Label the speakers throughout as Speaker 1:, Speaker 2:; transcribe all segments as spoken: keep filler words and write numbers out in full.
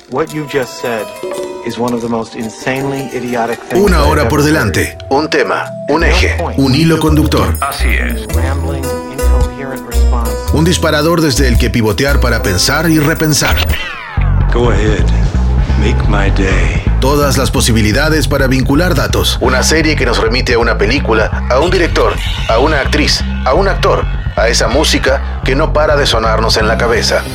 Speaker 1: Una hora por delante, un tema, un eje, un hilo conductor.
Speaker 2: Así es.
Speaker 1: Un disparador desde el que pivotear para pensar y repensar.
Speaker 2: Go ahead. Make my day.
Speaker 1: Todas las posibilidades para vincular datos. Una serie que nos remite a una película, a un director, a una actriz, a un actor, a esa música que no para de sonarnos en la cabeza.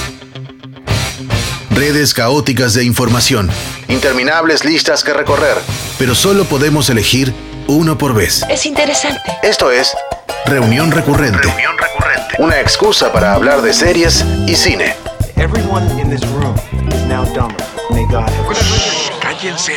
Speaker 1: Redes caóticas de información, interminables listas que recorrer, pero solo podemos elegir uno por vez.
Speaker 3: Es interesante.
Speaker 1: Esto es Reunión Recurrente.
Speaker 2: Reunión recurrente.
Speaker 1: Una excusa para hablar de series y cine.
Speaker 4: Everyone in this room is now dumber. May God have
Speaker 2: Shh, cállense.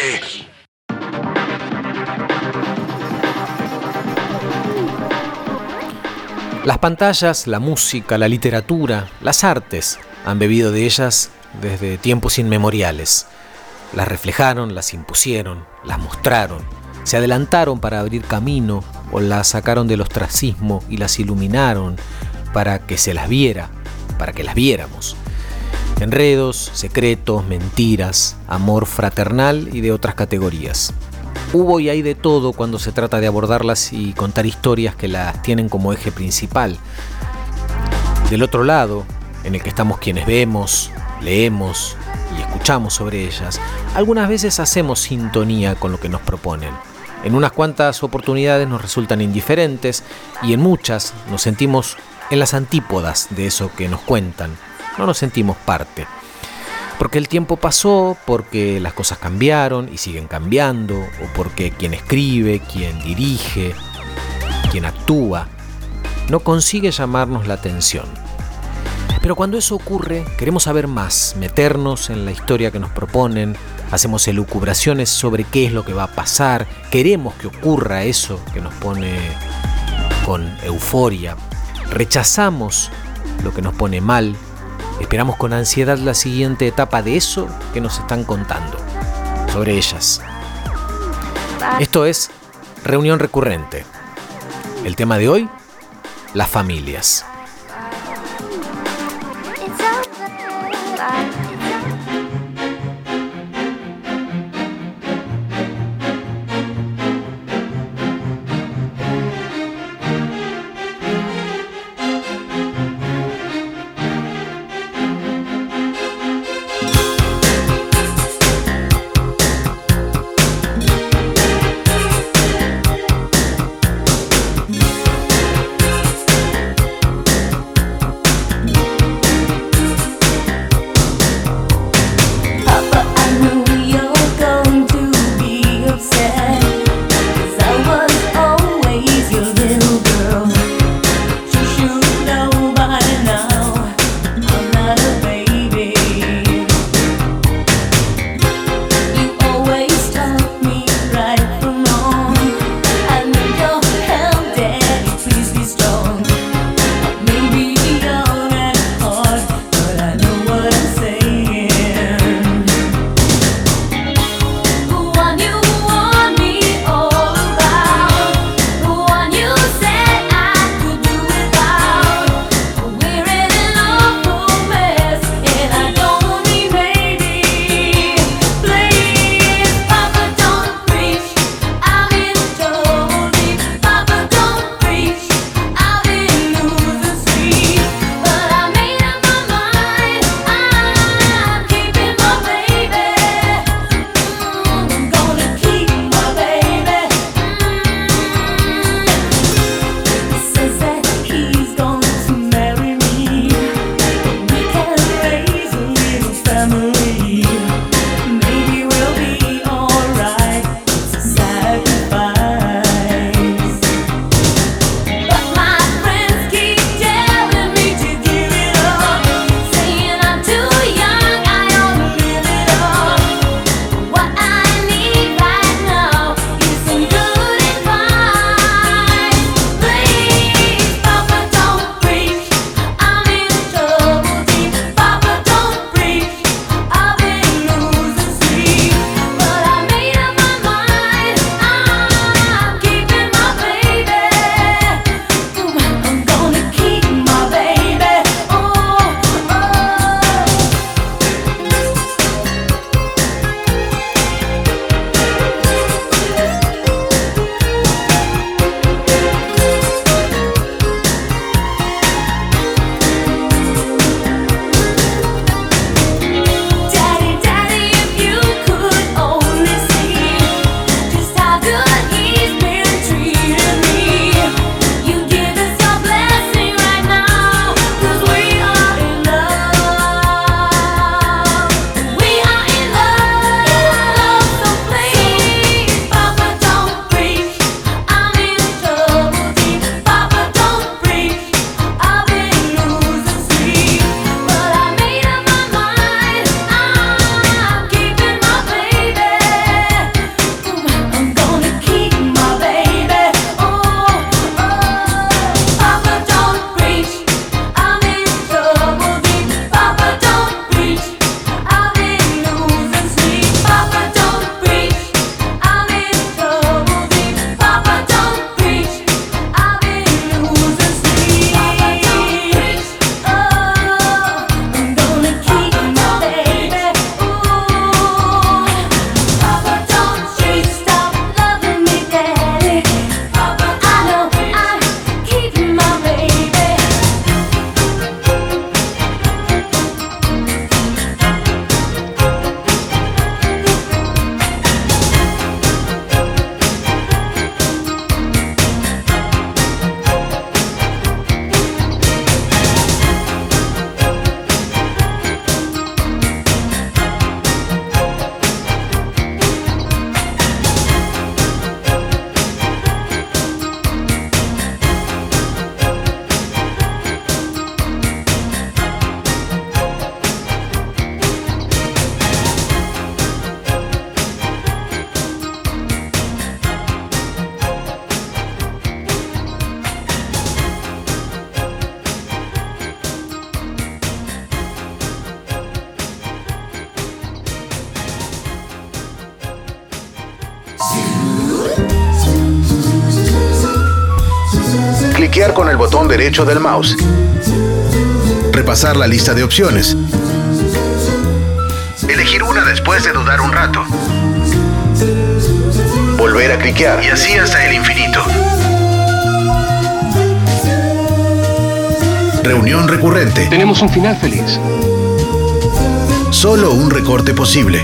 Speaker 5: Las pantallas, la música, la literatura, las artes han bebido de ellas desde tiempos inmemoriales. Las reflejaron, las impusieron, las mostraron, se adelantaron para abrir camino o las sacaron del ostracismo y las iluminaron para que se las viera, para que las viéramos. Enredos, secretos, mentiras, amor fraternal y de otras categorías. Hubo y hay de todo cuando se trata de abordarlas y contar historias que las tienen como eje principal. Del otro lado, en el que estamos quienes vemos, leemos y escuchamos sobre ellas, algunas veces hacemos sintonía con lo que nos proponen. En unas cuantas oportunidades nos resultan indiferentes y en muchas nos sentimos en las antípodas de eso que nos cuentan. No nos sentimos parte. Porque el tiempo pasó, porque las cosas cambiaron y siguen cambiando, o porque quien escribe, quien dirige, quien actúa, no consigue llamarnos la atención. Pero cuando eso ocurre, queremos saber más, meternos en la historia que nos proponen, hacemos elucubraciones sobre qué es lo que va a pasar, queremos que ocurra eso que nos pone con euforia, rechazamos lo que nos pone mal, esperamos con ansiedad la siguiente etapa de eso que nos están contando, sobre ellas. Esto es Reunión Recurrente. El tema de hoy, las familias.
Speaker 1: cliquear con el botón derecho del mouse, repasar la lista de opciones, elegir una después de dudar un rato, volver a cliquear y así hasta el infinito. Reunión recurrente.
Speaker 3: Tenemos un final feliz.
Speaker 1: Solo un recorte posible.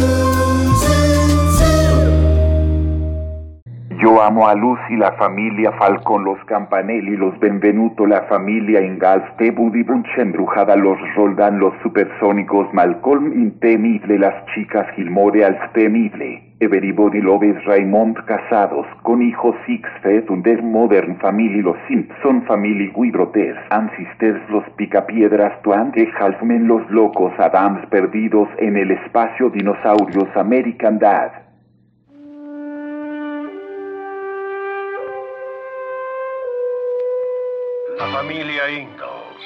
Speaker 6: Io amo a Lucy la famiglia Falcon, los Campanelli, los Benvenuto, la familia Ingalls, Tebu di Buncha embrujada, los Roldán, los supersónicos, Malcolm intemible, las chicas Gilmore al temible, Everybody Loves Raymond casados, con hijos Six Feet Under Modern Family, los Simpson Family, We Brothers, and Sisters, los Picapiedras, Twenty Halfmen, los locos Adams perdidos en el espacio, dinosaurios, American Dad.
Speaker 7: La familia Ingalls.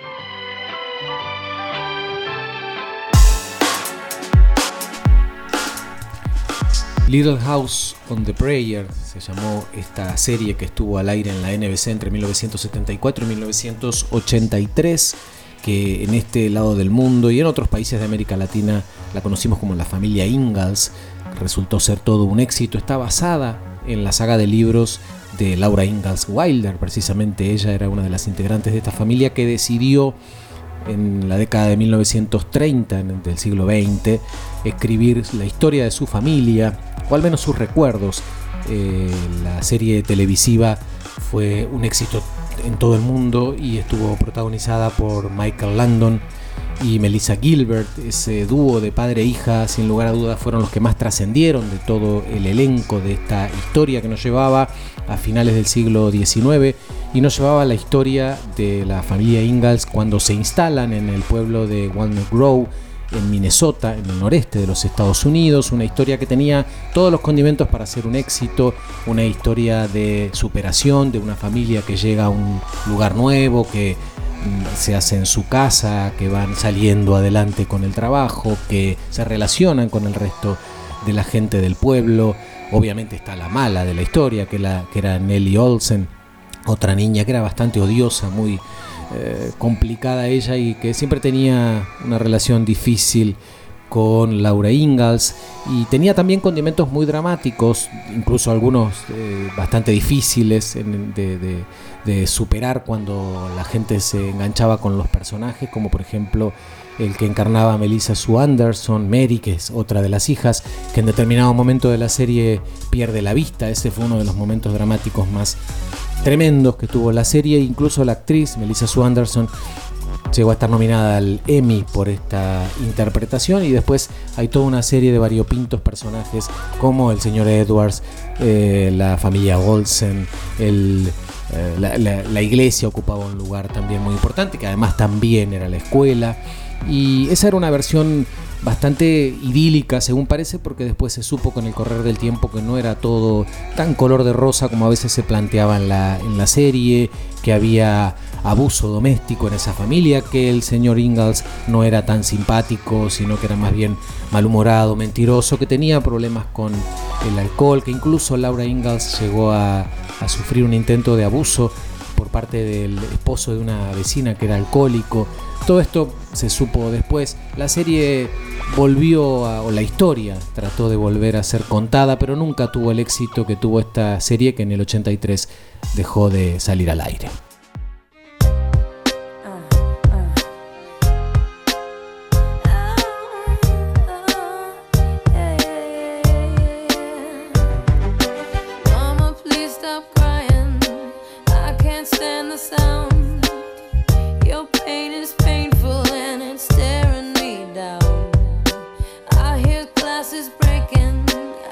Speaker 5: Little House on the Prairie se llamó esta serie que estuvo al aire en la N B C entre mil novecientos setenta y cuatro y mil novecientos ochenta y tres, que en este lado del mundo y en otros países de América Latina la conocimos como la familia Ingalls. Resultó ser todo un éxito. Está basada en la saga de libros de Laura Ingalls Wilder. Precisamente ella era una de las integrantes de esta familia que decidió en la década de mil novecientos treinta del siglo veinte escribir la historia de su familia, o al menos sus recuerdos. Eh, la serie televisiva fue un éxito en todo el mundo y estuvo protagonizada por Michael Landon y Melissa Gilbert. Ese dúo de padre e hija, sin lugar a dudas, fueron los que más trascendieron de todo el elenco de esta historia que nos llevaba a finales del siglo diecinueve y nos llevaba a la historia de la familia Ingalls cuando se instalan en el pueblo de Walnut Grove, en Minnesota, en el noreste de los Estados Unidos. Una historia que tenía todos los condimentos para ser un éxito, una historia de superación de una familia que llega a un lugar nuevo, que se hace en su casa, que van saliendo adelante con el trabajo, que se relacionan con el resto de la gente del pueblo. Obviamente está la mala de la historia, que, la, que era Nellie Olsen, otra niña que era bastante odiosa, muy eh, complicada ella y que siempre tenía una relación difícil con Laura Ingalls, y tenía también condimentos muy dramáticos, incluso algunos eh, bastante difíciles en, de, de, de superar cuando la gente se enganchaba con los personajes, como por ejemplo el que encarnaba a Melissa Sue Anderson, Mary, que es otra de las hijas, que en determinado momento de la serie pierde la vista. Ese fue uno de los momentos dramáticos más tremendos que tuvo la serie. Incluso la actriz Melissa Sue Anderson llegó a estar nominada al Emmy por esta interpretación, y después hay toda una serie de variopintos personajes como el señor Edwards, eh, la familia Olsen, el, eh, la, la, la iglesia ocupaba un lugar también muy importante, que además también era la escuela, y esa era una versión bastante idílica según parece, porque después se supo con el correr del tiempo que no era todo tan color de rosa como a veces se planteaba en la, en la serie, que había abuso doméstico en esa familia, que el señor Ingalls no era tan simpático, sino que era más bien malhumorado, mentiroso, que tenía problemas con el alcohol, que incluso Laura Ingalls llegó a, a sufrir un intento de abuso por parte del esposo de una vecina que era alcohólico. Todo esto se supo después. La serie volvió a, o la historia trató de volver a ser contada, pero nunca tuvo el éxito que tuvo esta serie, que en el ochenta y tres dejó de salir al aire.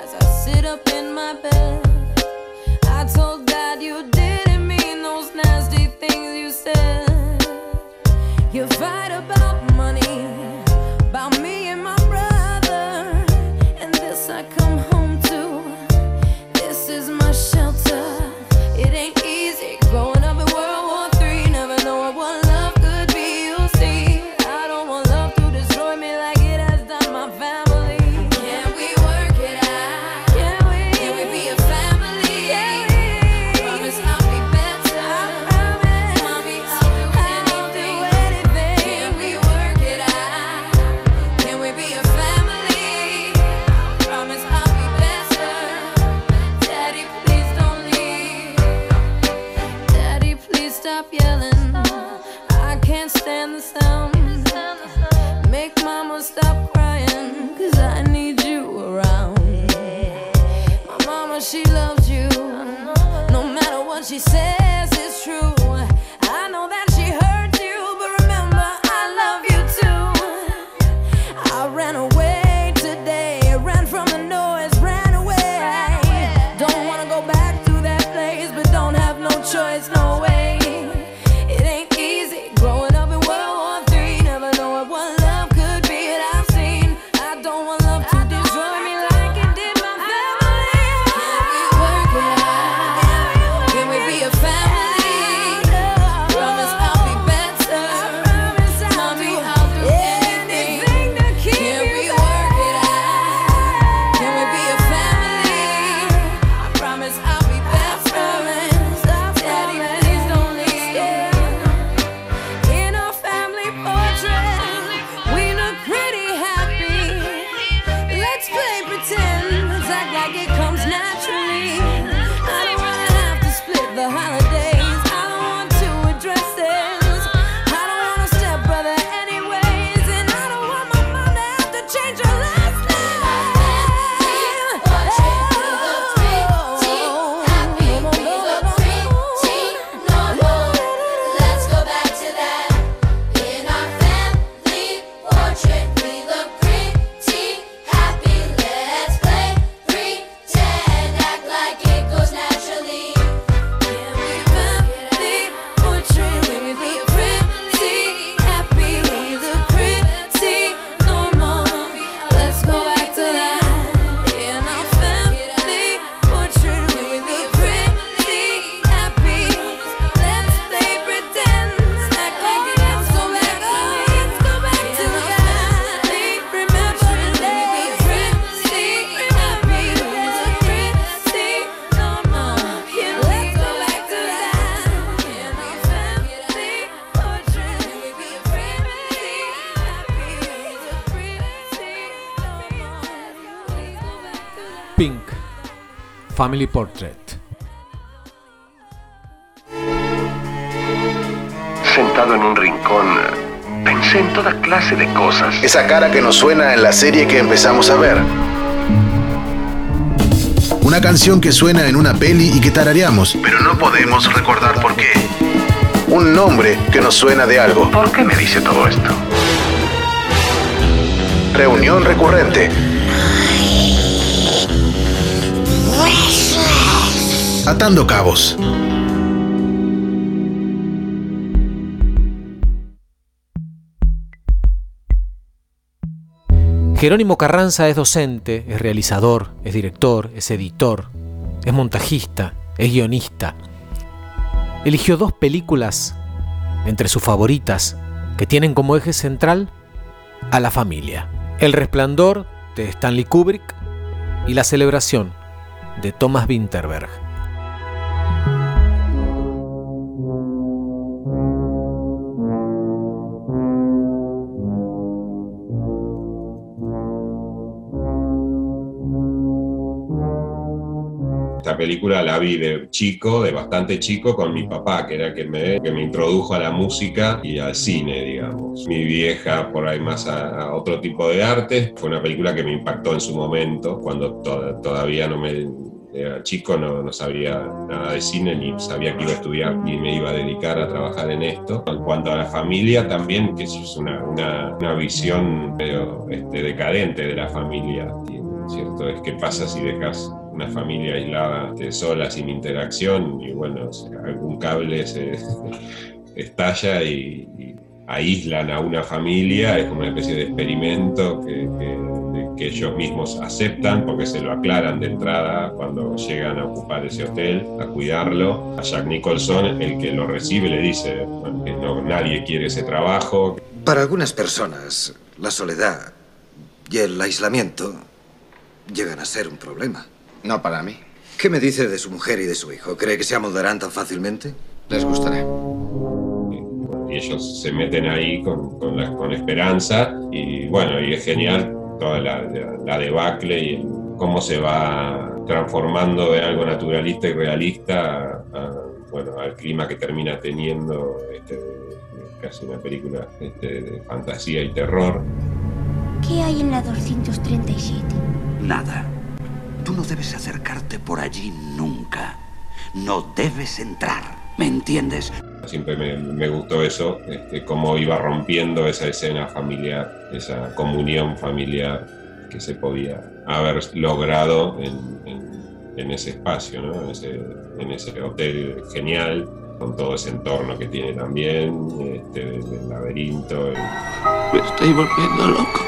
Speaker 8: Up in my bed, I told God you didn't mean those nasty
Speaker 3: she says is true. I know that she hurt you, but remember I love you too. I ran away today, ran from the noise, ran away. Don't wanna go back to that place, but don't have no choice, no way. It ain't easy growing up in World War Three, never knowing what love could be that I've seen. I don't want love to destroy me like it did my family. Can we work it out? Can we be a family? Promise I'll be better. Tell me I'll do anything. Can we work it out? Can we be a family? I promise I'll be better. Daddy, please don't leave. In our family portrait, we look pretty happy. Let's play pretend, let's act like it comes naturally. I don't wanna have to split the holidays. I don't want to address this. I don't want a stepbrother anyways. And I don't want my mom to have to change her last name.
Speaker 8: Let's go back to that. In our family portrait, we look pretty happy. Let's play pretend, act like it goes naturally.
Speaker 3: Can we family portrait? Can we be pretty happy? We look pretty normal. Let's go back to that. In our family portrait, can we be pretty happy? Let's play pretend, act like it goes so back. Let's go back to that. Remember the day. Pretty happy. We look pretty normal. Let's go back to that. In our family portrait, can we be pretty happy? We look pretty normal. Let's go back to that.
Speaker 5: Pink, Family Portrait.
Speaker 7: Sentado en un rincón, pensé en toda clase de cosas.
Speaker 1: Esa cara que nos suena en la serie que empezamos a ver. Una canción que suena en una peli y que tarareamos, pero no podemos recordar por qué. Un nombre que nos suena de algo.
Speaker 7: ¿Por qué me dice todo esto?
Speaker 1: Reunión recurrente. Atando cabos.
Speaker 5: Jerónimo Carranza es docente, es realizador, es director, es editor, es montajista, es guionista. Eligió dos películas entre sus favoritas que tienen como eje central a la familia: El Resplandor de Stanley Kubrick y La Celebración de Thomas Vinterberg.
Speaker 9: Esta película la vi de chico, de bastante chico, con mi papá, que era quien me, que me introdujo a la música y al cine, digamos. Mi vieja por ahí más a, a otro tipo de arte. Fue una película que me impactó en su momento, cuando to- todavía no me... era chico, no, no sabía nada de cine, ni sabía que iba a estudiar, ni me iba a dedicar a trabajar en esto. En cuanto a la familia también, que es una, una, una visión medio este, decadente de la familia, ¿cierto? Es que pasa si dejas una familia aislada, este, sola, sin interacción, y bueno, o sea, algún cable se estalla y, y aíslan a una familia. Es como una especie de experimento que, que, que ellos mismos aceptan, porque se lo aclaran de entrada cuando llegan a ocupar ese hotel, a cuidarlo. A Jack Nicholson, el que lo recibe, le dice bueno, que no, nadie quiere ese trabajo.
Speaker 10: Para algunas personas, la soledad y el aislamiento llegan a ser un problema.
Speaker 11: No para mí.
Speaker 10: ¿Qué me dice de su mujer y de su hijo? ¿Cree que se amoldarán tan fácilmente?
Speaker 11: Les gustará.
Speaker 9: Y ellos se meten ahí con, con, la, con esperanza, y bueno, y es genial toda la, la, la debacle y el, cómo se va transformando de algo naturalista y realista a, a, bueno, al clima que termina teniendo este, casi una película este, de fantasía y terror.
Speaker 8: ¿Qué hay en la doscientos treinta y siete?
Speaker 12: Nada. Tú no debes acercarte por allí nunca.
Speaker 11: no debes entrar. ¿Me entiendes?
Speaker 9: Siempre me, me gustó eso, este, cómo iba rompiendo esa escena familiar, esa comunión familiar que se podía haber logrado en, en, en ese espacio, ¿no? En ese, en ese hotel genial, con todo ese entorno que tiene también, este, el laberinto. El...
Speaker 11: Me estoy volviendo loco.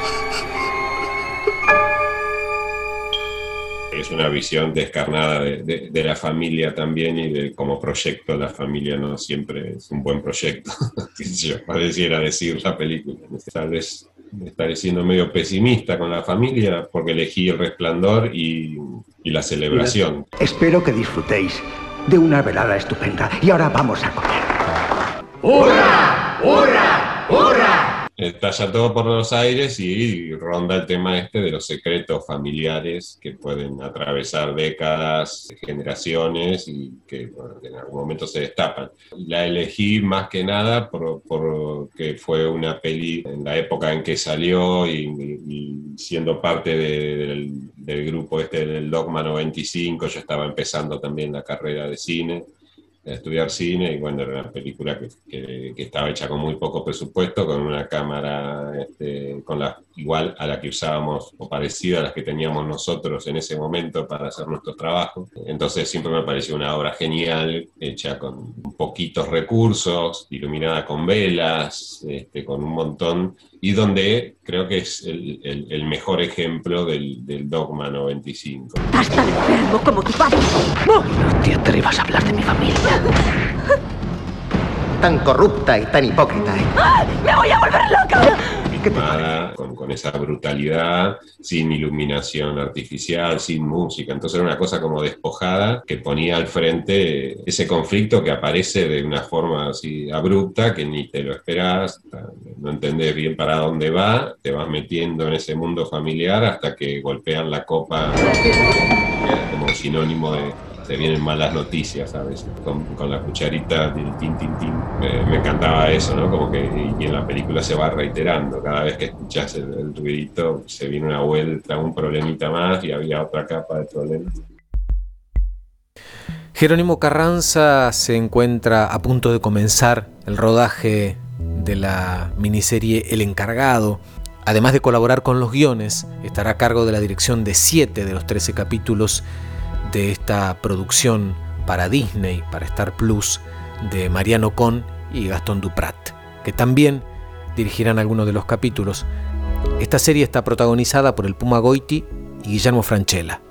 Speaker 9: Es una visión descarnada de, de, de la familia también, y de como proyecto la familia no siempre es un buen proyecto, que yo pareciera decir la película. Tal vez estaré siendo medio pesimista con la familia porque elegí El Resplandor y, y la celebración.
Speaker 12: Espero que disfrutéis de una velada estupenda y ahora vamos a comer.
Speaker 9: ¡Hurra! ¡Hurra! ¡Hurra! Estalla todo por los aires y ronda el tema este de los secretos familiares que pueden atravesar décadas, generaciones y que, bueno, que en algún momento se destapan. La elegí más que nada por, porque fue una peli en la época en que salió y, y, y siendo parte de, del, del grupo este del Dogma noventa y cinco, yo estaba empezando también la carrera de cine, a estudiar cine, y bueno, era una película que, que, que estaba hecha con muy poco presupuesto, con una cámara este, con la, igual a la que usábamos o parecida a las que teníamos nosotros en ese momento para hacer nuestro trabajo. Entonces siempre me pareció una obra genial, hecha con poquitos recursos, iluminada con velas, este, con un montón, y donde creo que es el, el, el mejor ejemplo del, del Dogma noventa y cinco.
Speaker 13: Estás tan enfermo como tu padre.
Speaker 12: No te atrevas a hablar de mi familia. Tan corrupta y tan hipócrita. ¿eh?
Speaker 13: ¡Ay, ¡me voy a volver loca!
Speaker 9: Filmada con, con esa brutalidad, sin iluminación artificial, sin música. Entonces era una cosa como despojada que ponía al frente ese conflicto que aparece de una forma así abrupta que ni te lo esperás, no entendés bien para dónde va, te vas metiendo en ese mundo familiar hasta que golpean la copa como sinónimo de se vienen malas noticias, ¿sabes? Con, con la cucharita del tin, tin, tin. Me, me encantaba eso, ¿no? Como que y en la película se va reiterando. Cada vez que escuchas el, el ruidito, se viene una vuelta, un problemita más y había otra capa de problema.
Speaker 5: Jerónimo Carranza se encuentra a punto de comenzar el rodaje de la miniserie El Encargado. Además de colaborar con los guiones, estará a cargo de la dirección de siete de los trece capítulos de esta producción para Disney, para Star Plus, de Mariano Con y Gastón Duprat, que también dirigirán algunos de los capítulos. Esta serie está protagonizada por el Puma Goiti y Guillermo Francella.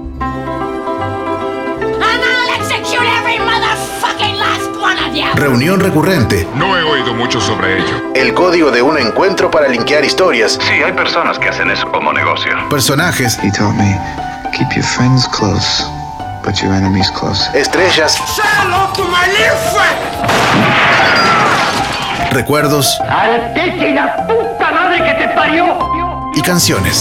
Speaker 1: Reunión recurrente.
Speaker 14: No he oído mucho sobre ello.
Speaker 1: El código de un encuentro para linkear historias.
Speaker 14: Sí, hay personas que hacen eso como negocio.
Speaker 1: Personajes.
Speaker 15: He told me, keep your friends close, but your enemies close.
Speaker 1: Estrellas.
Speaker 16: Say hello to my little friend.
Speaker 1: Recuerdos.
Speaker 16: ¡Al tete y la puta madre que te parió!
Speaker 1: Y canciones.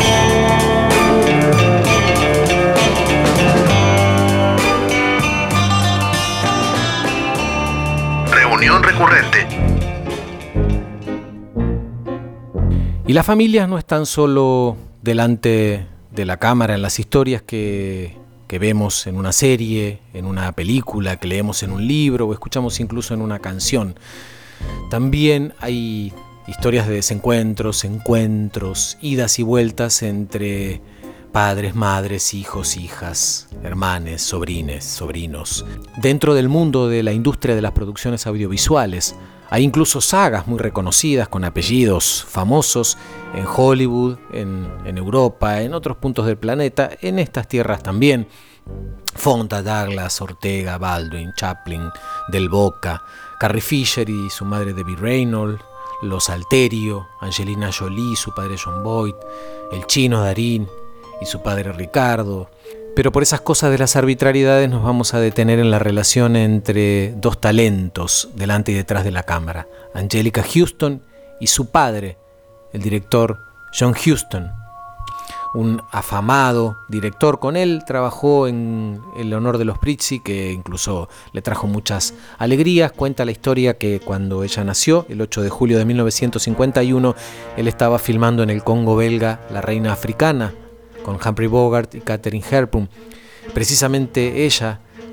Speaker 1: Reunión recurrente.
Speaker 5: Y las familias no están solo delante de la cámara en las historias que, que vemos en una serie, en una película, que leemos en un libro o escuchamos incluso en una canción. También hay historias de desencuentros, encuentros, idas y vueltas entre padres, madres, hijos, hijas, hermanes, sobrines, sobrinos. Dentro del mundo de la industria de las producciones audiovisuales, hay incluso sagas muy reconocidas con apellidos famosos en Hollywood, en, en Europa, en otros puntos del planeta, en estas tierras también. Fonda, Douglas, Ortega, Baldwin, Chaplin, Del Boca, Carrie Fisher y su madre Debbie Reynolds, Los Alterio, Angelina Jolie y su padre John Boyd, el chino Darín y su padre Ricardo. Pero por esas cosas de las arbitrariedades nos vamos a detener en la relación entre dos talentos delante y detrás de la cámara, Anjelica Huston y su padre, el director John Huston, un afamado director. Con él trabajó en El honor de los Prizzi, que incluso le trajo muchas alegrías. Cuenta la historia que cuando ella nació, el ocho de julio de mil novecientos cincuenta y uno, él estaba filmando en el Congo belga La reina africana, con Humphrey Bogart y Katharine Hepburn. Precisamente ella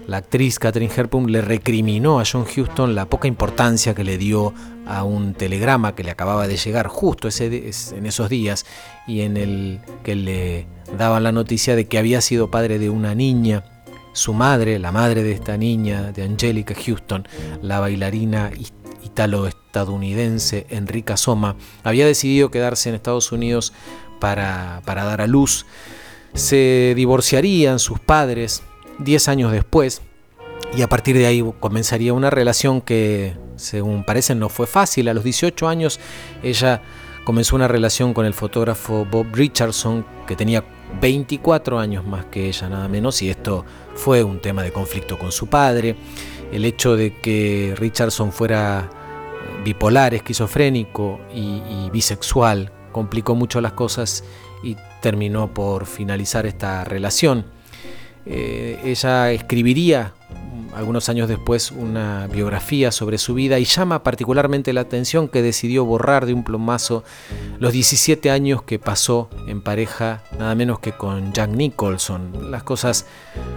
Speaker 5: la actriz Katharine Hepburn le recriminó a John Huston la poca importancia que le dio a un telegrama que le acababa de llegar justo ese, en esos días y en el que le daban la noticia de que había sido padre de una niña. Su madre, la madre de esta niña, de Anjelica Huston, la bailarina italo-estadounidense Enrica Soma, había decidido quedarse en Estados Unidos para, para dar a luz. Se divorciarían sus padres diez años después y a partir de ahí comenzaría una relación que, según parece, no fue fácil. A los dieciocho años ella comenzó una relación con el fotógrafo Bob Richardson, que tenía veinticuatro años más que ella, nada menos, y esto fue un tema de conflicto con su padre. El hecho de que Richardson fuera bipolar, esquizofrénico y, y bisexual complicó mucho las cosas y terminó por finalizar esta relación. Eh, ella escribiría algunos años después una biografía sobre su vida y llama particularmente la atención que decidió borrar de un plumazo los diecisiete años que pasó en pareja nada menos que con Jack Nicholson. Las cosas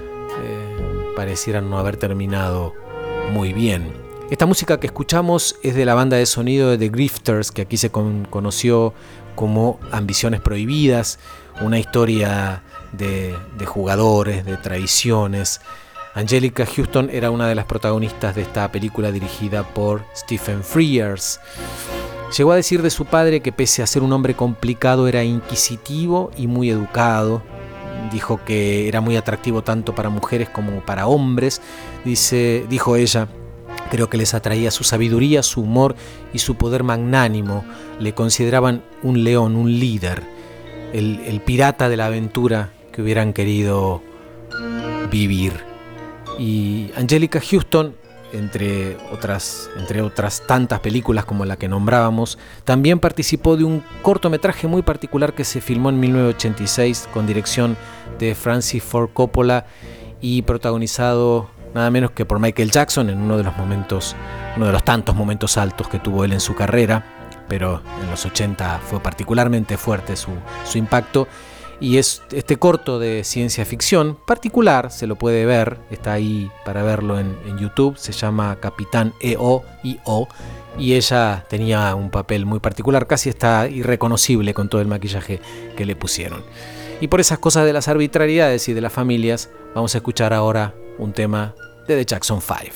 Speaker 5: eh, parecieran no haber terminado muy bien. Esta música que escuchamos es de la banda de sonido de The Grifters, que aquí se con- conoció como Ambiciones Prohibidas, una historia de, de jugadores, de traiciones. Anjelica Huston era una de las protagonistas de esta película dirigida por Stephen Frears. Llegó a decir de su padre que pese a ser un hombre complicado era inquisitivo y muy educado. Dijo que era muy atractivo tanto para mujeres como para hombres. Dice, dijo ella, creo que les atraía su sabiduría, su humor y su poder magnánimo. Le consideraban un león, un líder, el, el pirata de la aventura que hubieran querido vivir. Y Anjelica Huston, entre otras, entre otras tantas películas como la que nombrábamos, también participó de un cortometraje muy particular que se filmó en mil novecientos ochenta y seis con dirección de Francis Ford Coppola y protagonizado nada menos que por Michael Jackson en uno de los momentos, uno de los tantos momentos altos que tuvo él en su carrera, pero en los ochenta fue particularmente fuerte su, su impacto. Y es este corto de ciencia ficción particular, se lo puede ver, está ahí para verlo en, en YouTube, se llama Capitán E O I O y ella tenía un papel muy particular, casi está irreconocible con todo el maquillaje que le pusieron. Y por esas cosas de las arbitrariedades y de las familias, vamos a escuchar ahora un tema de The Jackson Five.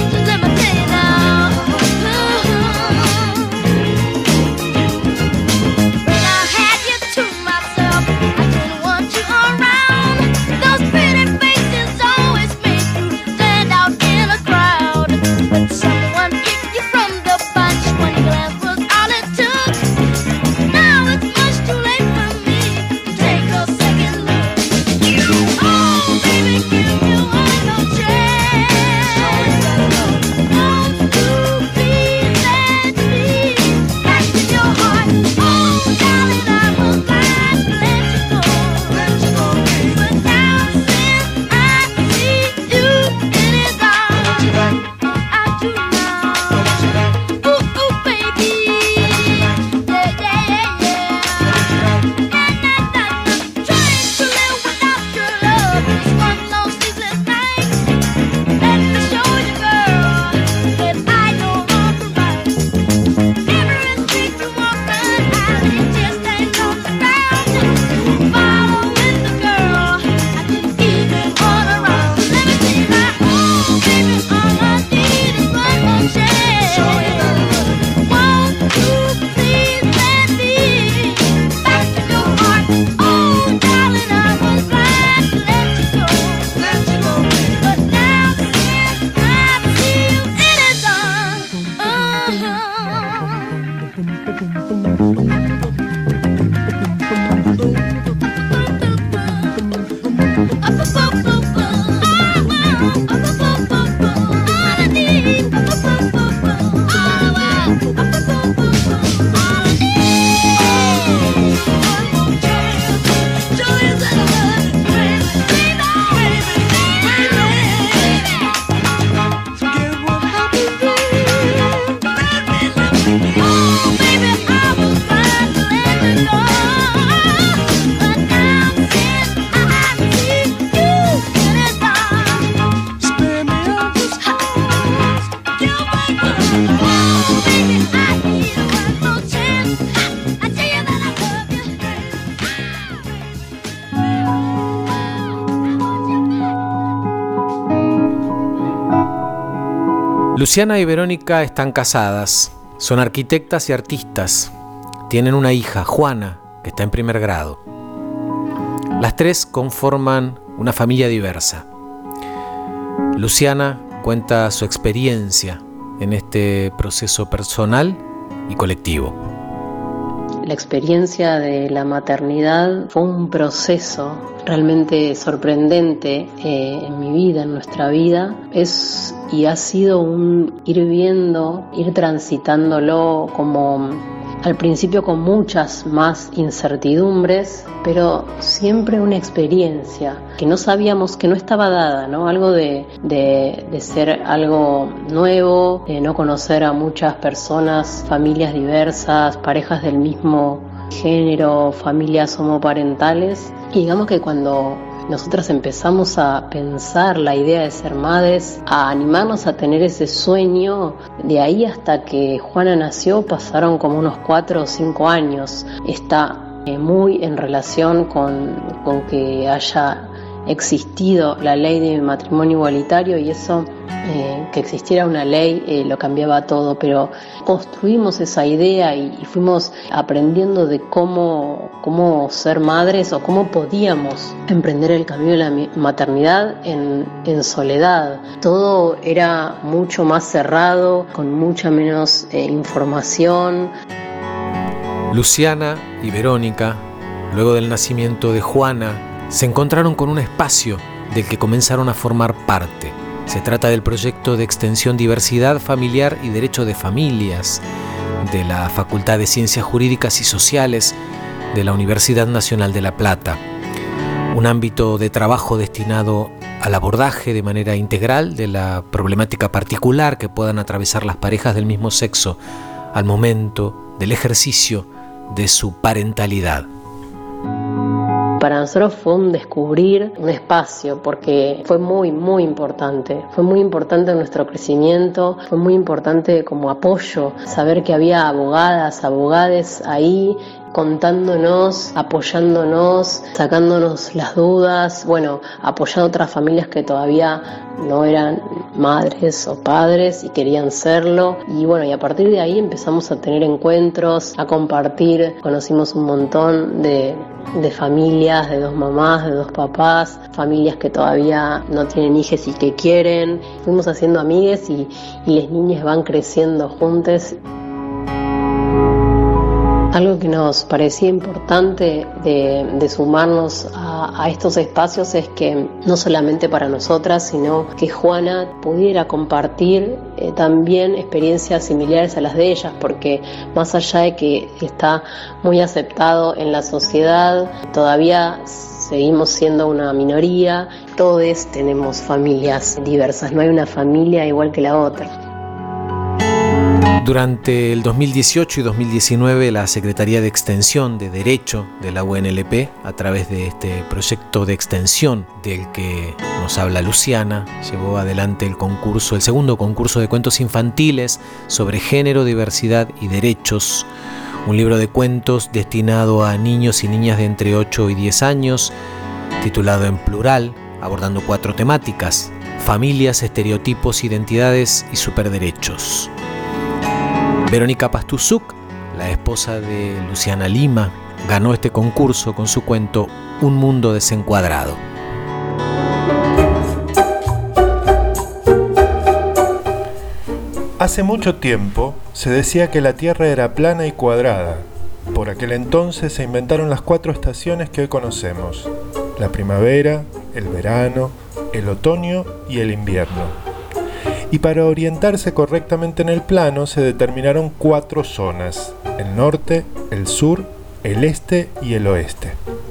Speaker 8: Let me tell you now.
Speaker 5: Luciana y Verónica están casadas, son arquitectas y artistas. Tienen una hija, Juana, que está en primer grado. Las tres conforman una familia diversa. Luciana cuenta su experiencia en este proceso personal y colectivo.
Speaker 17: La experiencia de la maternidad fue un proceso realmente sorprendente eh, en mi vida, en nuestra vida. Es y ha sido un ir viendo, ir transitándolo como al principio con muchas más incertidumbres, pero siempre una experiencia que no sabíamos, que no estaba dada, ¿no? Algo de, de, de ser algo nuevo, de no conocer a muchas personas, familias diversas, parejas del mismo género, familias homoparentales. Y digamos que cuando nosotras empezamos a pensar la idea de ser madres, a animarnos a tener ese sueño, de ahí hasta que Juana nació pasaron como unos cuatro o cinco años. Está eh, muy en relación con, con que haya existido la ley de matrimonio igualitario, y eso, eh, que existiera una ley, eh, lo cambiaba todo, pero construimos esa idea y, y fuimos aprendiendo de cómo, cómo ser madres o cómo podíamos emprender el camino de la maternidad en, en soledad. Todo era mucho más cerrado, con mucha menos eh, información.
Speaker 5: Luciana y Verónica, luego del nacimiento de Juana, se encontraron con un espacio del que comenzaron a formar parte. Se trata del proyecto de extensión Diversidad Familiar y Derecho de Familias de la Facultad de Ciencias Jurídicas y Sociales de la Universidad Nacional de La Plata. Un ámbito de trabajo destinado al abordaje de manera integral de la problemática particular que puedan atravesar las parejas del mismo sexo al momento del ejercicio de su parentalidad.
Speaker 17: Para nosotros fue un descubrir un espacio, porque fue muy, muy importante. Fue muy importante en nuestro crecimiento, fue muy importante como apoyo, saber que había abogadas, abogades ahí, contándonos, apoyándonos, sacándonos las dudas, bueno, apoyando a otras familias que todavía no eran madres o padres y querían serlo. Y bueno, y a partir de ahí empezamos a tener encuentros, a compartir, conocimos un montón de, de familias, de dos mamás, de dos papás, familias que todavía no tienen hijos y que quieren. Fuimos haciendo amigues y, y las niñas van creciendo juntas. Algo que nos parecía importante de, de sumarnos a, a estos espacios es que no solamente para nosotras, sino que Juana pudiera compartir eh, también experiencias similares a las de ellas, porque más allá de que está muy aceptado en la sociedad, todavía seguimos siendo una minoría. Todos tenemos familias diversas, no hay una familia igual que la otra.
Speaker 5: Durante el dos mil dieciocho y dos mil diecinueve, la Secretaría de Extensión de Derecho de la U N L P, a través de este proyecto de extensión del que nos habla Luciana, llevó adelante el concurso, el segundo concurso de cuentos infantiles sobre género, diversidad y derechos. Un libro de cuentos destinado a niños y niñas de entre ocho y diez años, titulado en plural, abordando cuatro temáticas: familias, estereotipos, identidades y superderechos. Verónica Pastuzuk, la esposa de Luciana Lima, ganó este concurso con su cuento Un mundo desencuadrado.
Speaker 18: Hace mucho tiempo se decía que la Tierra era plana y cuadrada. Por aquel entonces se inventaron las cuatro estaciones que hoy conocemos: la primavera, el verano, el otoño y el invierno. Y para orientarse correctamente en el plano se determinaron cuatro zonas: el norte, el sur, el este y el oeste.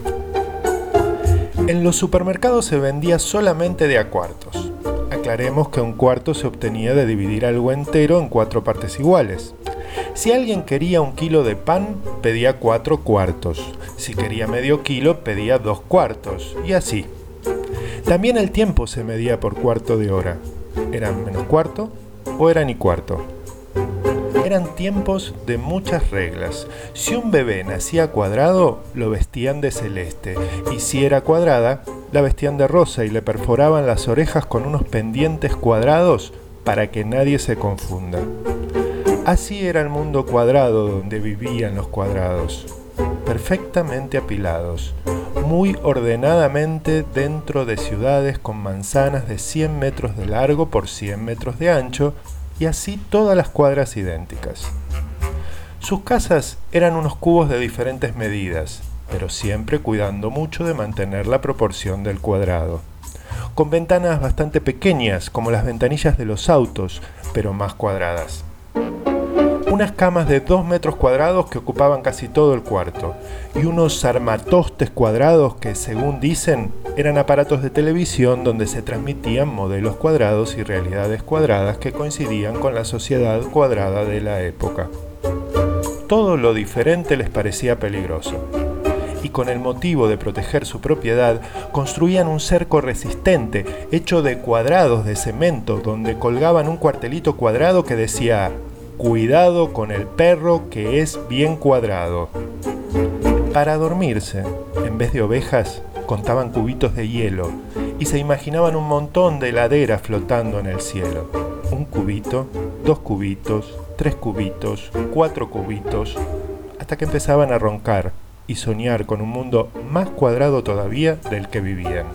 Speaker 18: En los supermercados se vendía solamente de a cuartos. Aclaremos que un cuarto se obtenía de dividir algo entero en cuatro partes iguales. Si alguien quería un kilo de pan, pedía cuatro cuartos. Si quería medio kilo, pedía dos cuartos. Y así. También el tiempo se medía por cuarto de hora. ¿Eran menos cuarto o eran y cuarto? Eran tiempos de muchas reglas. Si un bebé nacía cuadrado, lo vestían de celeste, y si era cuadrada, la vestían de rosa y le perforaban las orejas con unos pendientes cuadrados para que nadie se confunda. Así era el mundo cuadrado donde vivían los cuadrados, perfectamente apilados, muy ordenadamente dentro de ciudades con manzanas de cien metros de largo por cien metros de ancho, y así todas las cuadras idénticas. Sus casas eran unos cubos de diferentes medidas, pero siempre cuidando mucho de mantener la proporción del cuadrado, con ventanas bastante pequeñas como las ventanillas de los autos, pero más cuadradas. Unas camas de dos metros cuadrados que ocupaban casi todo el cuarto, y unos armatostes cuadrados que, según dicen, eran aparatos de televisión donde se transmitían modelos cuadrados y realidades cuadradas que coincidían con la sociedad cuadrada de la época. Todo lo diferente les parecía peligroso, y con el motivo de proteger su propiedad, construían un cerco resistente hecho de cuadrados de cemento donde colgaban un cuartelito cuadrado que decía: «Cuidado con el perro que es bien cuadrado». Para dormirse, en vez de ovejas, contaban cubitos de hielo y se imaginaban un montón de heladeras flotando en el cielo. Un cubito, dos cubitos, tres cubitos, cuatro cubitos, hasta que empezaban a roncar y soñar con un mundo más cuadrado todavía del que vivían.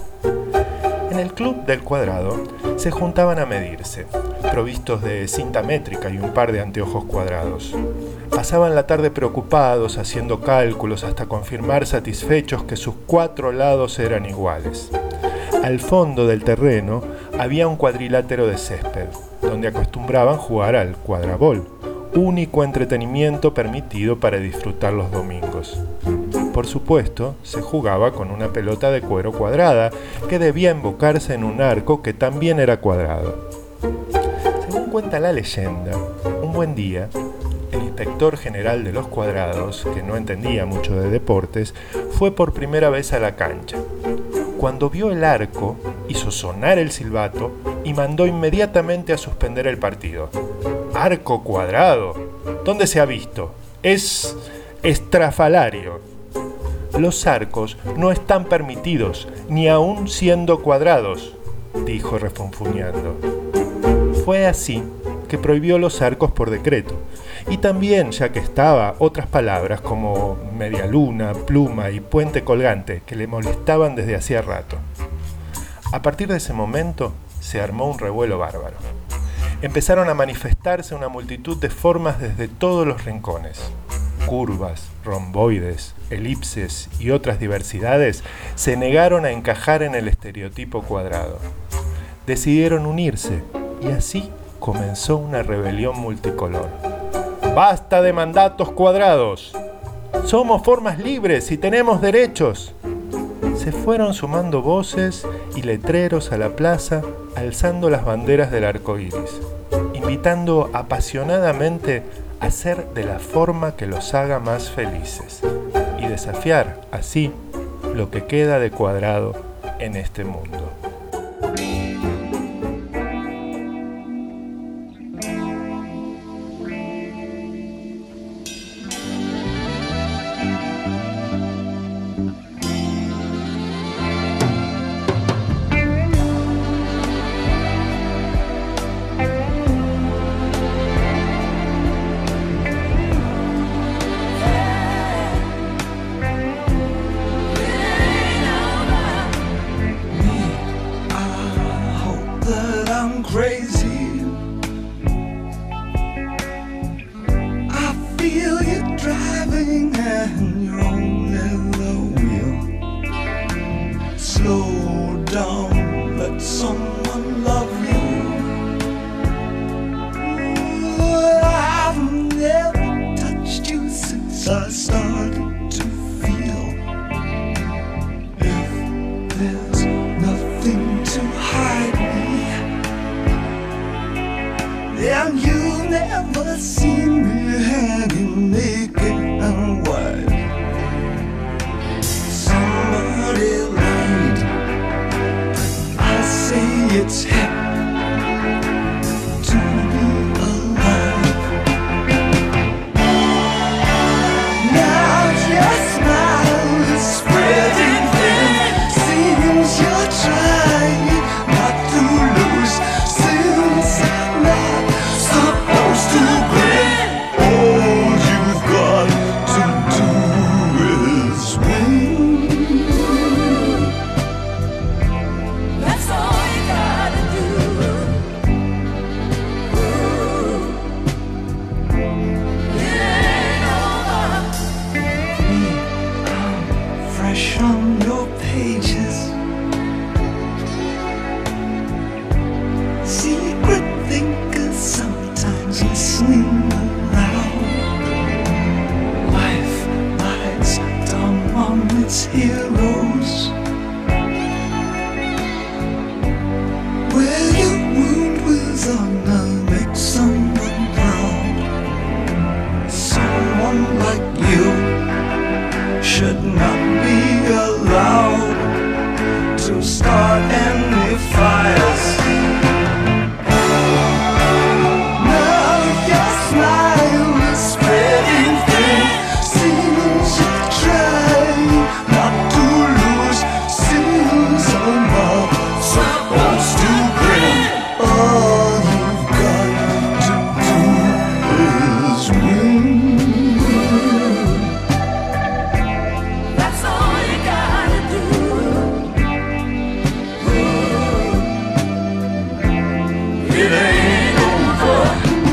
Speaker 18: En el club del cuadrado se juntaban a medirse, provistos de cinta métrica y un par de anteojos cuadrados. Pasaban la tarde preocupados, haciendo cálculos hasta confirmar satisfechos que sus cuatro lados eran iguales. Al fondo del terreno había un cuadrilátero de césped, donde acostumbraban jugar al cuadrabol, único entretenimiento permitido para disfrutar los domingos. Por supuesto, se jugaba con una pelota de cuero cuadrada que debía embocarse en un arco que también era cuadrado. Según cuenta la leyenda, un buen día, el inspector general de los cuadrados, que no entendía mucho de deportes, fue por primera vez a la cancha. Cuando vio el arco, hizo sonar el silbato y mandó inmediatamente a suspender el partido. ¡Arco cuadrado! ¿Dónde se ha visto? Es estrafalario. Los arcos no están permitidos, ni aun siendo cuadrados, dijo refunfuñando. Fue así que prohibió los arcos por decreto, y también, ya que estaba, otras palabras como medialuna, pluma y puente colgante que le molestaban desde hacía rato. A partir de ese momento se armó un revuelo bárbaro. Empezaron a manifestarse una multitud de formas desde todos los rincones. Curvas, romboides, elipses y otras diversidades se negaron a encajar en el estereotipo cuadrado. Decidieron unirse y así comenzó una rebelión multicolor. ¡Basta de mandatos cuadrados! ¡Somos formas libres y tenemos derechos! Se fueron sumando voces y letreros a la plaza, alzando las banderas del arco iris, invitando apasionadamente a ser de la forma que los haga más felices y desafiar, así, lo que queda de cuadrado en este mundo.
Speaker 19: Seems you're trying not to lose. Seems
Speaker 16: it ain't over.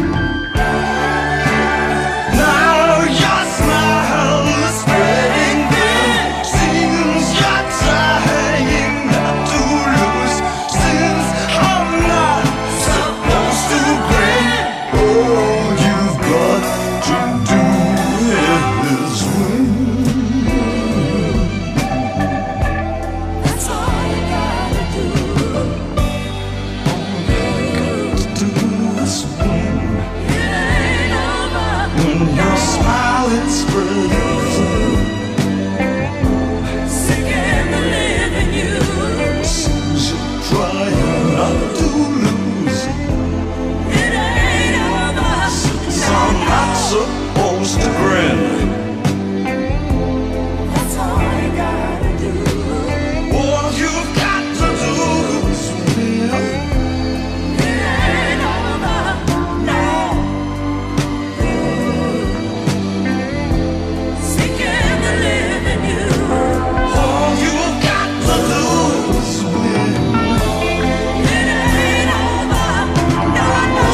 Speaker 16: Now your smile is spreading thin. Seems you're trying not to lose. Since I'm not supposed to grin, all you've got to do is win. That's all you gotta do. All you got to do is win. It ain't over. When your smile is spreading thin. Sick and the living you. Seems you're trying not to lose. It ain't over. Since I'm not supposed to grin. That's all you gotta do. All you've got to do is win. It ain't over, no. Sick and the living you. All you've got to do is win. It ain't over, no, no.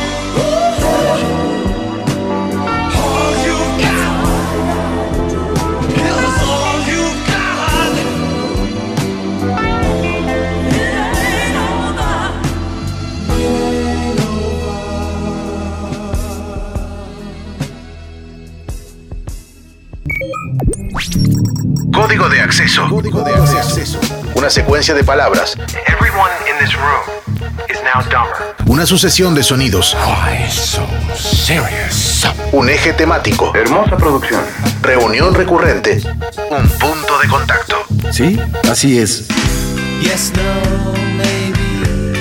Speaker 16: All you've got is all you've got. It ain't over.
Speaker 1: Código de acceso. Código de acceso. Una secuencia de palabras.
Speaker 4: Everyone in this room is now dumber.
Speaker 1: Una sucesión de sonidos.
Speaker 4: Why so serious?
Speaker 1: Un eje temático.
Speaker 4: Hermosa producción.
Speaker 1: Reunión recurrente. Un punto de contacto.
Speaker 19: Sí, así es.
Speaker 16: Yes, no, maybe.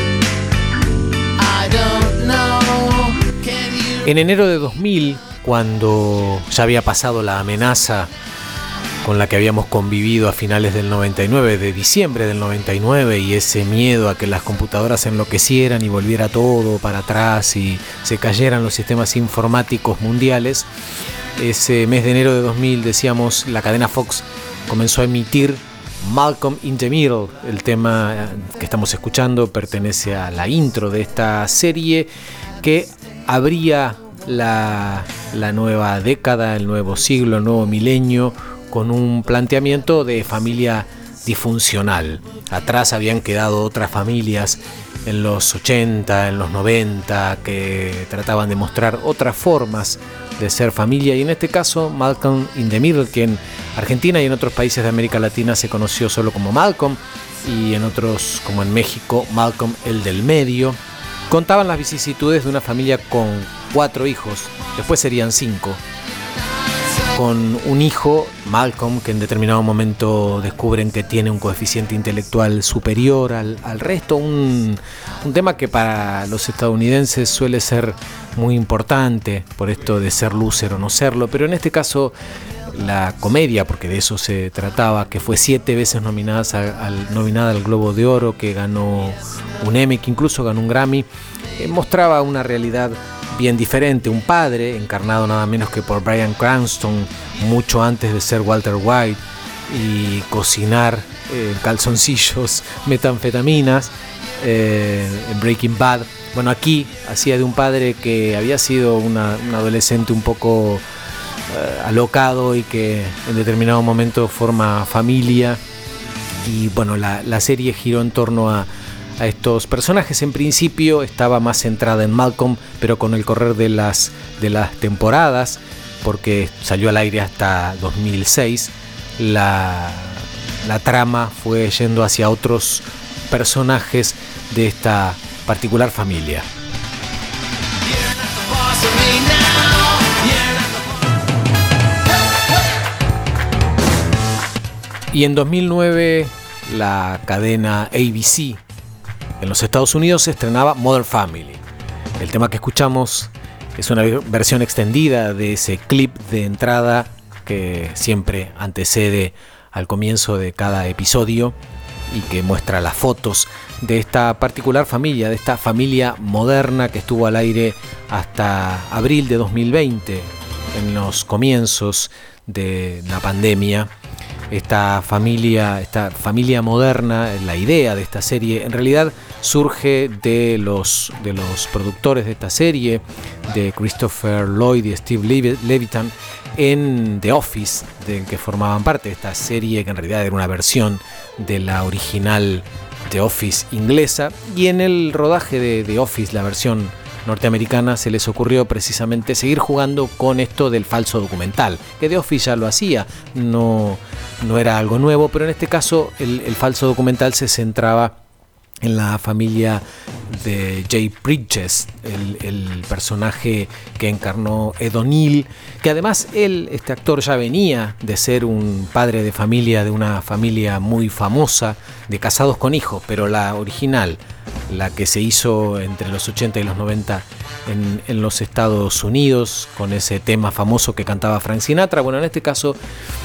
Speaker 16: I don't know. Can you...
Speaker 5: En enero de dos mil, cuando ya había pasado la amenaza con la que habíamos convivido a finales del noventa y nueve, de diciembre del noventa y nueve, y ese miedo a que las computadoras enloquecieran y volviera todo para atrás y se cayeran los sistemas informáticos mundiales, ese mes de enero de dos mil, decíamos, la cadena Fox comenzó a emitir Malcolm in the Middle. El tema que estamos escuchando pertenece a la intro de esta serie que abría la, la nueva década, el nuevo siglo, el nuevo milenio, con un planteamiento de familia disfuncional. Atrás habían quedado otras familias en los ochenta, en los noventa, que trataban de mostrar otras formas de ser familia, y en este caso Malcolm in the Middle, que en Argentina y en otros países de América Latina se conoció solo como Malcolm, y en otros, como en México, Malcolm el del medio, contaban las vicisitudes de una familia con cuatro hijos, después serían cinco, con un hijo, Malcolm, que en determinado momento descubren que tiene un coeficiente intelectual superior al, al resto, un, un tema que para los estadounidenses suele ser muy importante, por esto de ser loser o no serlo, pero en este caso la comedia, porque de eso se trataba, que fue siete veces nominada al, nominada al Globo de Oro, que ganó un Emmy, que incluso ganó un Grammy, eh, mostraba una realidad bien diferente, un padre encarnado nada menos que por Bryan Cranston, mucho antes de ser Walter White y cocinar eh, calzoncillos, metanfetaminas, eh, en Breaking Bad. Bueno, aquí hacía de un padre que había sido una, un adolescente un poco eh, alocado y que en determinado momento forma familia, y bueno, la, la serie giró en torno a a estos personajes. En principio estaba más centrada en Malcolm, pero con el correr de las, de las temporadas, porque salió al aire hasta dos mil seis, la, la trama fue yendo hacia otros personajes de esta particular familia. Y en dos mil nueve la cadena A B C en los Estados Unidos estrenaba Modern Family. El tema que escuchamos es una versión extendida de ese clip de entrada que siempre antecede al comienzo de cada episodio y que muestra las fotos de esta particular familia, de esta familia moderna que estuvo al aire hasta abril de dos mil veinte, en los comienzos de la pandemia. Esta familia, esta familia moderna, la idea de esta serie en realidad surge de los, de los productores de esta serie, de Christopher Lloyd y Steve Levi- Levitan, en The Office, del que formaban parte de esta serie, que en realidad era una versión de la original The Office inglesa, y en el rodaje de The Office, la versión norteamericana, se les ocurrió precisamente seguir jugando con esto del falso documental, que The Office ya lo hacía, no, no era algo nuevo, pero en este caso el, el falso documental se centraba en la familia de Jay Bridges, el, el personaje que encarnó Ed O'Neill, que además él, este actor, ya venía de ser un padre de familia de una familia muy famosa, de casados con hijos, pero la original, la que se hizo entre los ochenta y los noventa en, en los Estados Unidos, con ese tema famoso que cantaba Frank Sinatra. Bueno, en este caso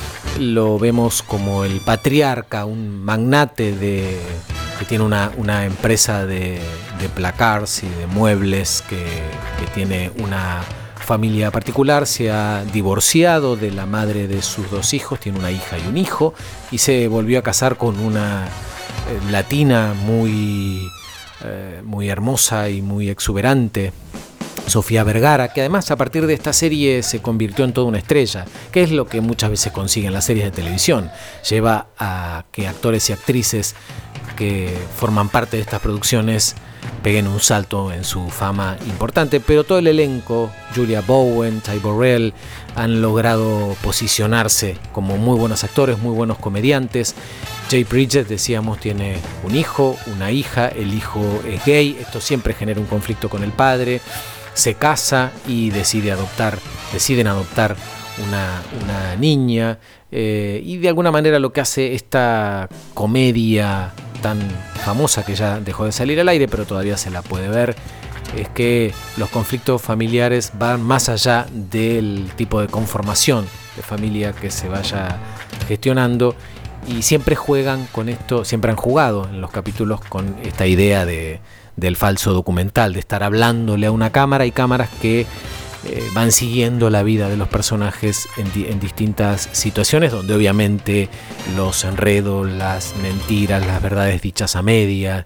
Speaker 5: lo vemos como el patriarca, un magnate de, que tiene una, una empresa de, de placards y de muebles, que, que tiene una familia particular, se ha divorciado de la madre de sus dos hijos, tiene una hija y un hijo, y se volvió a casar con una eh, latina muy, eh, muy hermosa y muy exuberante, Sofía Vergara, que además a partir de esta serie se convirtió en toda una estrella, que es lo que muchas veces consiguen las series de televisión. Lleva a que actores y actrices que forman parte de estas producciones peguen un salto en su fama importante, pero todo el elenco, Julia Bowen, Ty Burrell, han logrado posicionarse como muy buenos actores, muy buenos comediantes. Jay Bridges, decíamos, tiene un hijo, una hija, el hijo es gay, esto siempre genera un conflicto con el padre. Se casa y decide adoptar, deciden adoptar una, una niña, eh, y de alguna manera lo que hace esta comedia tan famosa, que ya dejó de salir al aire pero todavía se la puede ver, es que los conflictos familiares van más allá del tipo de conformación de familia que se vaya gestionando, y siempre juegan con esto, siempre han jugado en los capítulos con esta idea de del falso documental, de estar hablándole a una cámara, y cámaras que eh, van siguiendo la vida de los personajes en, di- en distintas situaciones, donde obviamente los enredos, las mentiras, las verdades dichas a media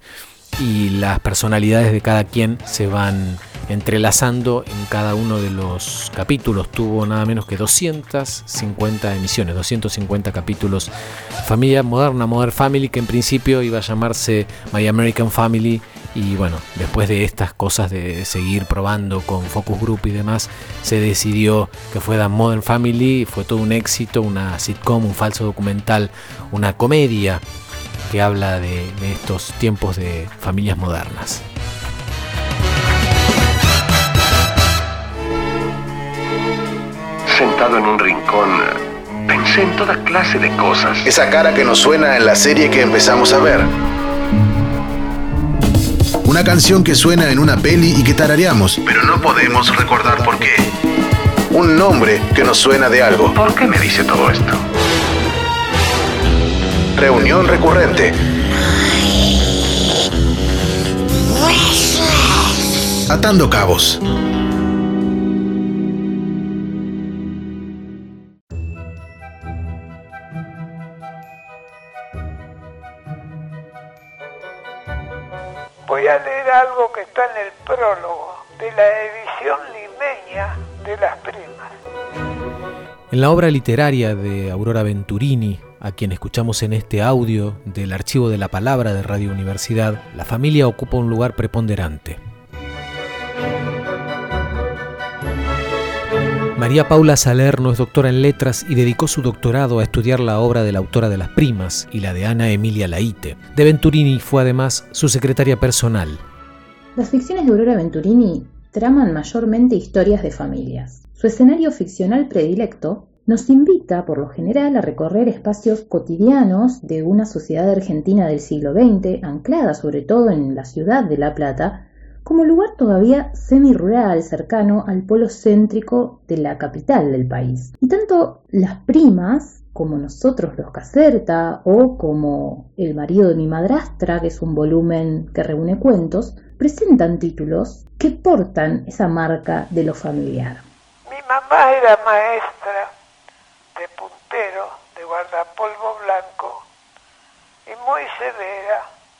Speaker 5: y las personalidades de cada quien se van entrelazando en cada uno de los capítulos. Tuvo nada menos que doscientas cincuenta emisiones, doscientos cincuenta capítulos. Familia moderna, Modern Family, que en principio iba a llamarse My American Family, y bueno, después de estas cosas de seguir probando con Focus Group y demás, se decidió que fuera Modern Family. Fue todo un éxito, una sitcom, un falso documental, una comedia que habla de, de estos tiempos de familias modernas.
Speaker 7: Sentado en un rincón, pensé en toda clase de cosas.
Speaker 1: Esa cara que nos suena en la serie que empezamos a ver. Una canción que suena en una peli y que tarareamos, pero no podemos recordar por qué. Un nombre que nos suena de algo.
Speaker 7: ¿Por qué me dice todo esto?
Speaker 1: Reunión recurrente. Atando cabos.
Speaker 20: Voy a leer algo que está en el prólogo de la edición limeña de Las Primas.
Speaker 5: En la obra literaria de Aurora Venturini, a quien escuchamos en este audio del Archivo de la Palabra de Radio Universidad, la familia ocupa un lugar preponderante. María Paula Salerno es doctora en letras y dedicó su doctorado a estudiar la obra de la autora de Las Primas y la de Ana Emilia Laíte. De Venturini fue además su secretaria personal.
Speaker 21: Las ficciones de Aurora Venturini traman mayormente historias de familias. Su escenario ficcional predilecto nos invita, por lo general, a recorrer espacios cotidianos de una sociedad argentina del siglo veinte, anclada sobre todo en la ciudad de La Plata, como lugar todavía semi-rural, cercano al polo céntrico de la capital del país. Y tanto Las Primas, como Nosotros los Caserta, o como El marido de mi madrastra, que es un volumen que reúne cuentos, presentan títulos que portan esa marca de lo familiar.
Speaker 20: Mi mamá era maestra de puntero, de guardapolvo blanco, y muy severa,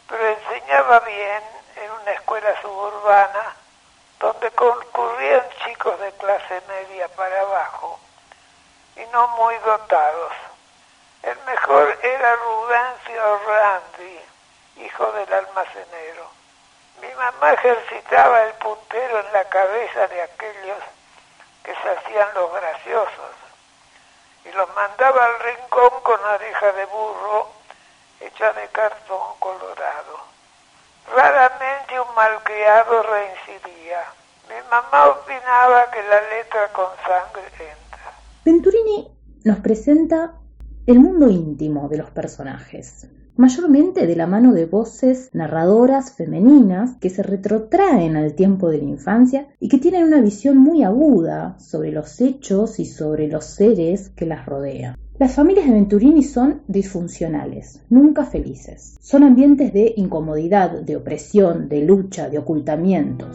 Speaker 20: pero enseñaba bien en una escuela suburbana donde concurrían chicos de clase media para abajo y no muy dotados. El mejor era Rubencio Randi, hijo del almacenero. Mi mamá ejercitaba el puntero en la cabeza de aquellos que se hacían los graciosos y los mandaba al rincón con oreja de burro hecha de cartón colorado. Raramente un malcriado reincidía. Mi mamá opinaba que la letra con sangre entra.
Speaker 21: Venturini nos presenta el mundo íntimo de los personajes, mayormente de la mano de voces narradoras femeninas que se retrotraen al tiempo de la infancia y que tienen una visión muy aguda sobre los hechos y sobre los seres que las rodean. Las familias de Venturini son disfuncionales, nunca felices. Son ambientes de incomodidad, de opresión, de lucha, de ocultamientos.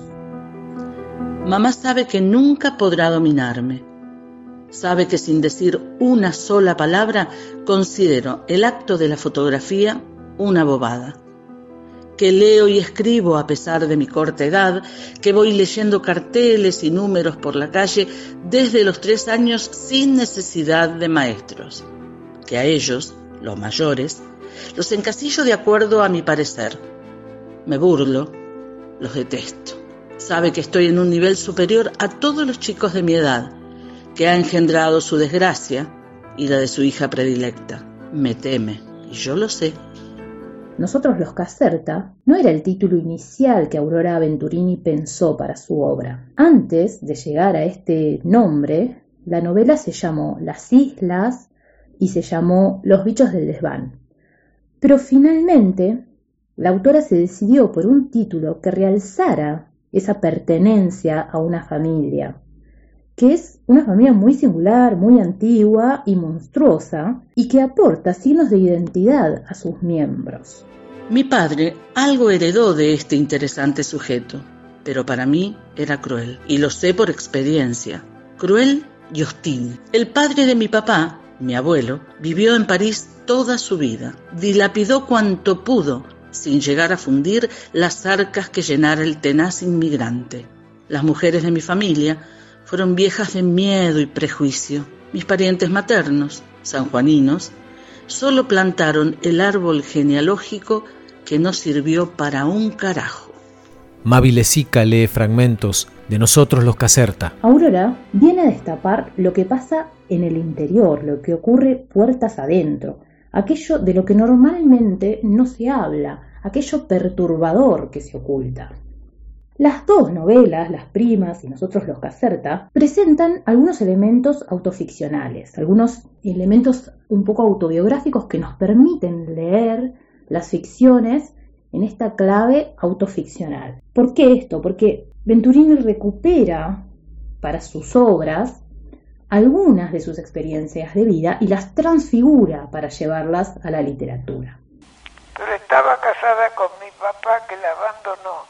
Speaker 2: Mamá sabe que nunca podrá dominarme. Sabe que sin decir una sola palabra considero el acto de la fotografía una bobada. Que leo y escribo a pesar de mi corta edad, que voy leyendo carteles y números por la calle desde los tres años sin necesidad de maestros. Que a ellos, los mayores, los encasillo de acuerdo a mi parecer. Me burlo, los detesto. Sabe que estoy en un nivel superior a todos los chicos de mi edad, que ha engendrado su desgracia y la de su hija predilecta. Me teme, y yo lo sé.
Speaker 21: Nosotros los Caserta no era el título inicial que Aurora Venturini pensó para su obra. Antes de llegar a este nombre, la novela se llamó Las Islas y se llamó Los Bichos del Desván. Pero finalmente, la autora se decidió por un título que realzara esa pertenencia a una familia, que es una familia muy singular, muy antigua y monstruosa, y que aporta signos de identidad a sus miembros.
Speaker 2: Mi padre algo heredó de este interesante sujeto, pero para mí era cruel, y lo sé por experiencia. Cruel y hostil. El padre de mi papá, mi abuelo, vivió en París toda su vida. Dilapidó cuanto pudo, sin llegar a fundir las arcas que llenara el tenaz inmigrante. Las mujeres de mi familia fueron viejas de miedo y prejuicio. Mis parientes maternos, sanjuaninos, solo plantaron el árbol genealógico que no sirvió para un carajo.
Speaker 5: Mavi Lezica lee fragmentos de Nosotros los Caserta.
Speaker 21: Aurora viene a destapar lo que pasa en el interior, lo que ocurre puertas adentro, aquello de lo que normalmente no se habla, aquello perturbador que se oculta. Las dos novelas, Las Primas y Nosotros los Caserta, presentan algunos elementos autoficcionales, algunos elementos un poco autobiográficos que nos permiten leer las ficciones en esta clave autoficcional. ¿Por qué esto? Porque Venturini recupera para sus obras algunas de sus experiencias de vida y las transfigura para llevarlas a la literatura.
Speaker 20: Pero estaba casada con mi papá, que la abandonó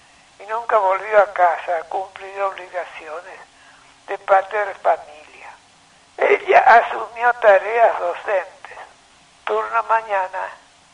Speaker 20: y nunca volvió a casa a cumplir obligaciones de pater familia. Ella asumió tareas docentes, turno mañana,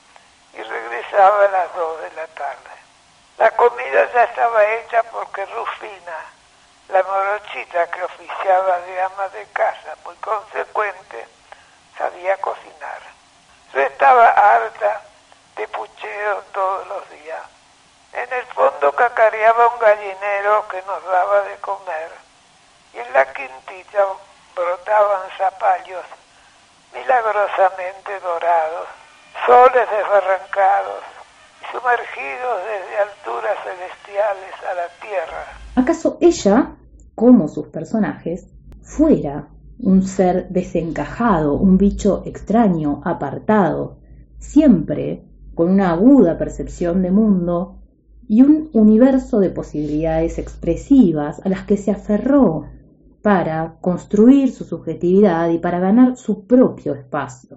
Speaker 20: y regresaba a las dos de la tarde. La comida ya estaba hecha porque Rufina, la morochita que oficiaba de ama de casa, muy consecuente, sabía cocinar. Yo estaba harta de pucheo todos los días. En el fondo cacareaba un gallinero que nos daba de comer, y en la quintilla brotaban zapallos milagrosamente dorados, soles desbarrancados y sumergidos desde alturas celestiales a la tierra.
Speaker 21: ¿Acaso ella, como sus personajes, fuera un ser desencajado, un bicho extraño, apartado, siempre con una aguda percepción de mundo y un universo de posibilidades expresivas a las que se aferró para construir su subjetividad y para ganar su propio espacio?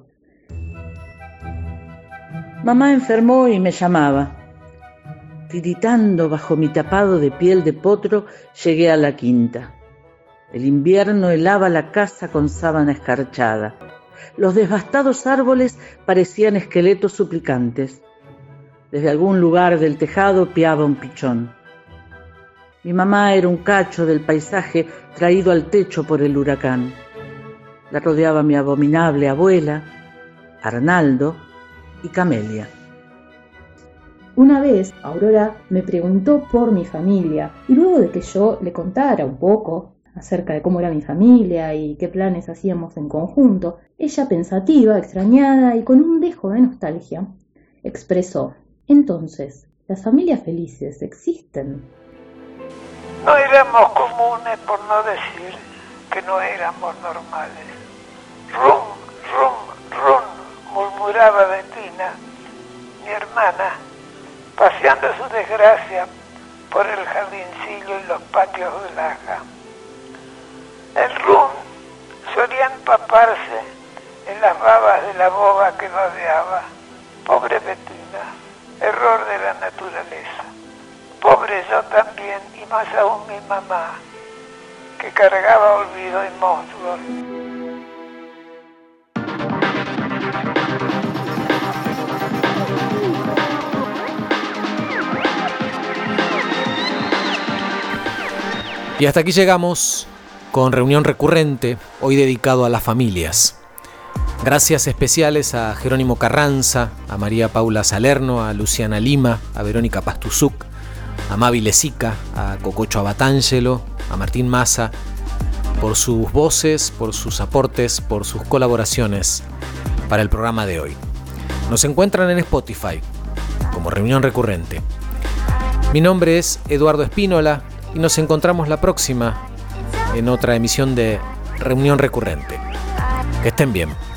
Speaker 2: Mamá enfermó y me llamaba. Tiritando bajo mi tapado de piel de potro, llegué a la quinta. El invierno helaba la casa con sábana escarchada. Los devastados árboles parecían esqueletos suplicantes. Desde algún lugar del tejado piaba un pichón. Mi mamá era un cacho del paisaje traído al techo por el huracán. La rodeaba mi abominable abuela, Arnaldo y Camelia.
Speaker 21: Una vez, Aurora me preguntó por mi familia y luego de que yo le contara un poco acerca de cómo era mi familia y qué planes hacíamos en conjunto, ella pensativa, extrañada y con un dejo de nostalgia, expresó: entonces, ¿las familias felices existen?
Speaker 20: No éramos comunes, por no decir que no éramos normales. Rum, rum, rum, murmuraba Bettina, mi hermana, paseando su desgracia por el jardincillo y los patios de Laja. El rum solía empaparse en las babas de la boba que babeaba. Pobre Bettina, error de la naturaleza. Pobre yo también, y más aún mi mamá, que cargaba olvido y monstruos.
Speaker 5: Y hasta aquí llegamos con Reunión Recurrente, hoy dedicado a las familias. Gracias especiales a Jerónimo Carranza, a María Paula Salerno, a Luciana Lima, a Verónica Pastuzuc, a Mavi Lezica, a Cococho Abatangelo, a Martín Massa, por sus voces, por sus aportes, por sus colaboraciones para el programa de hoy. Nos encuentran en Spotify como Reunión Recurrente. Mi nombre es Eduardo Espínola y nos encontramos la próxima en otra emisión de Reunión Recurrente. Que estén bien.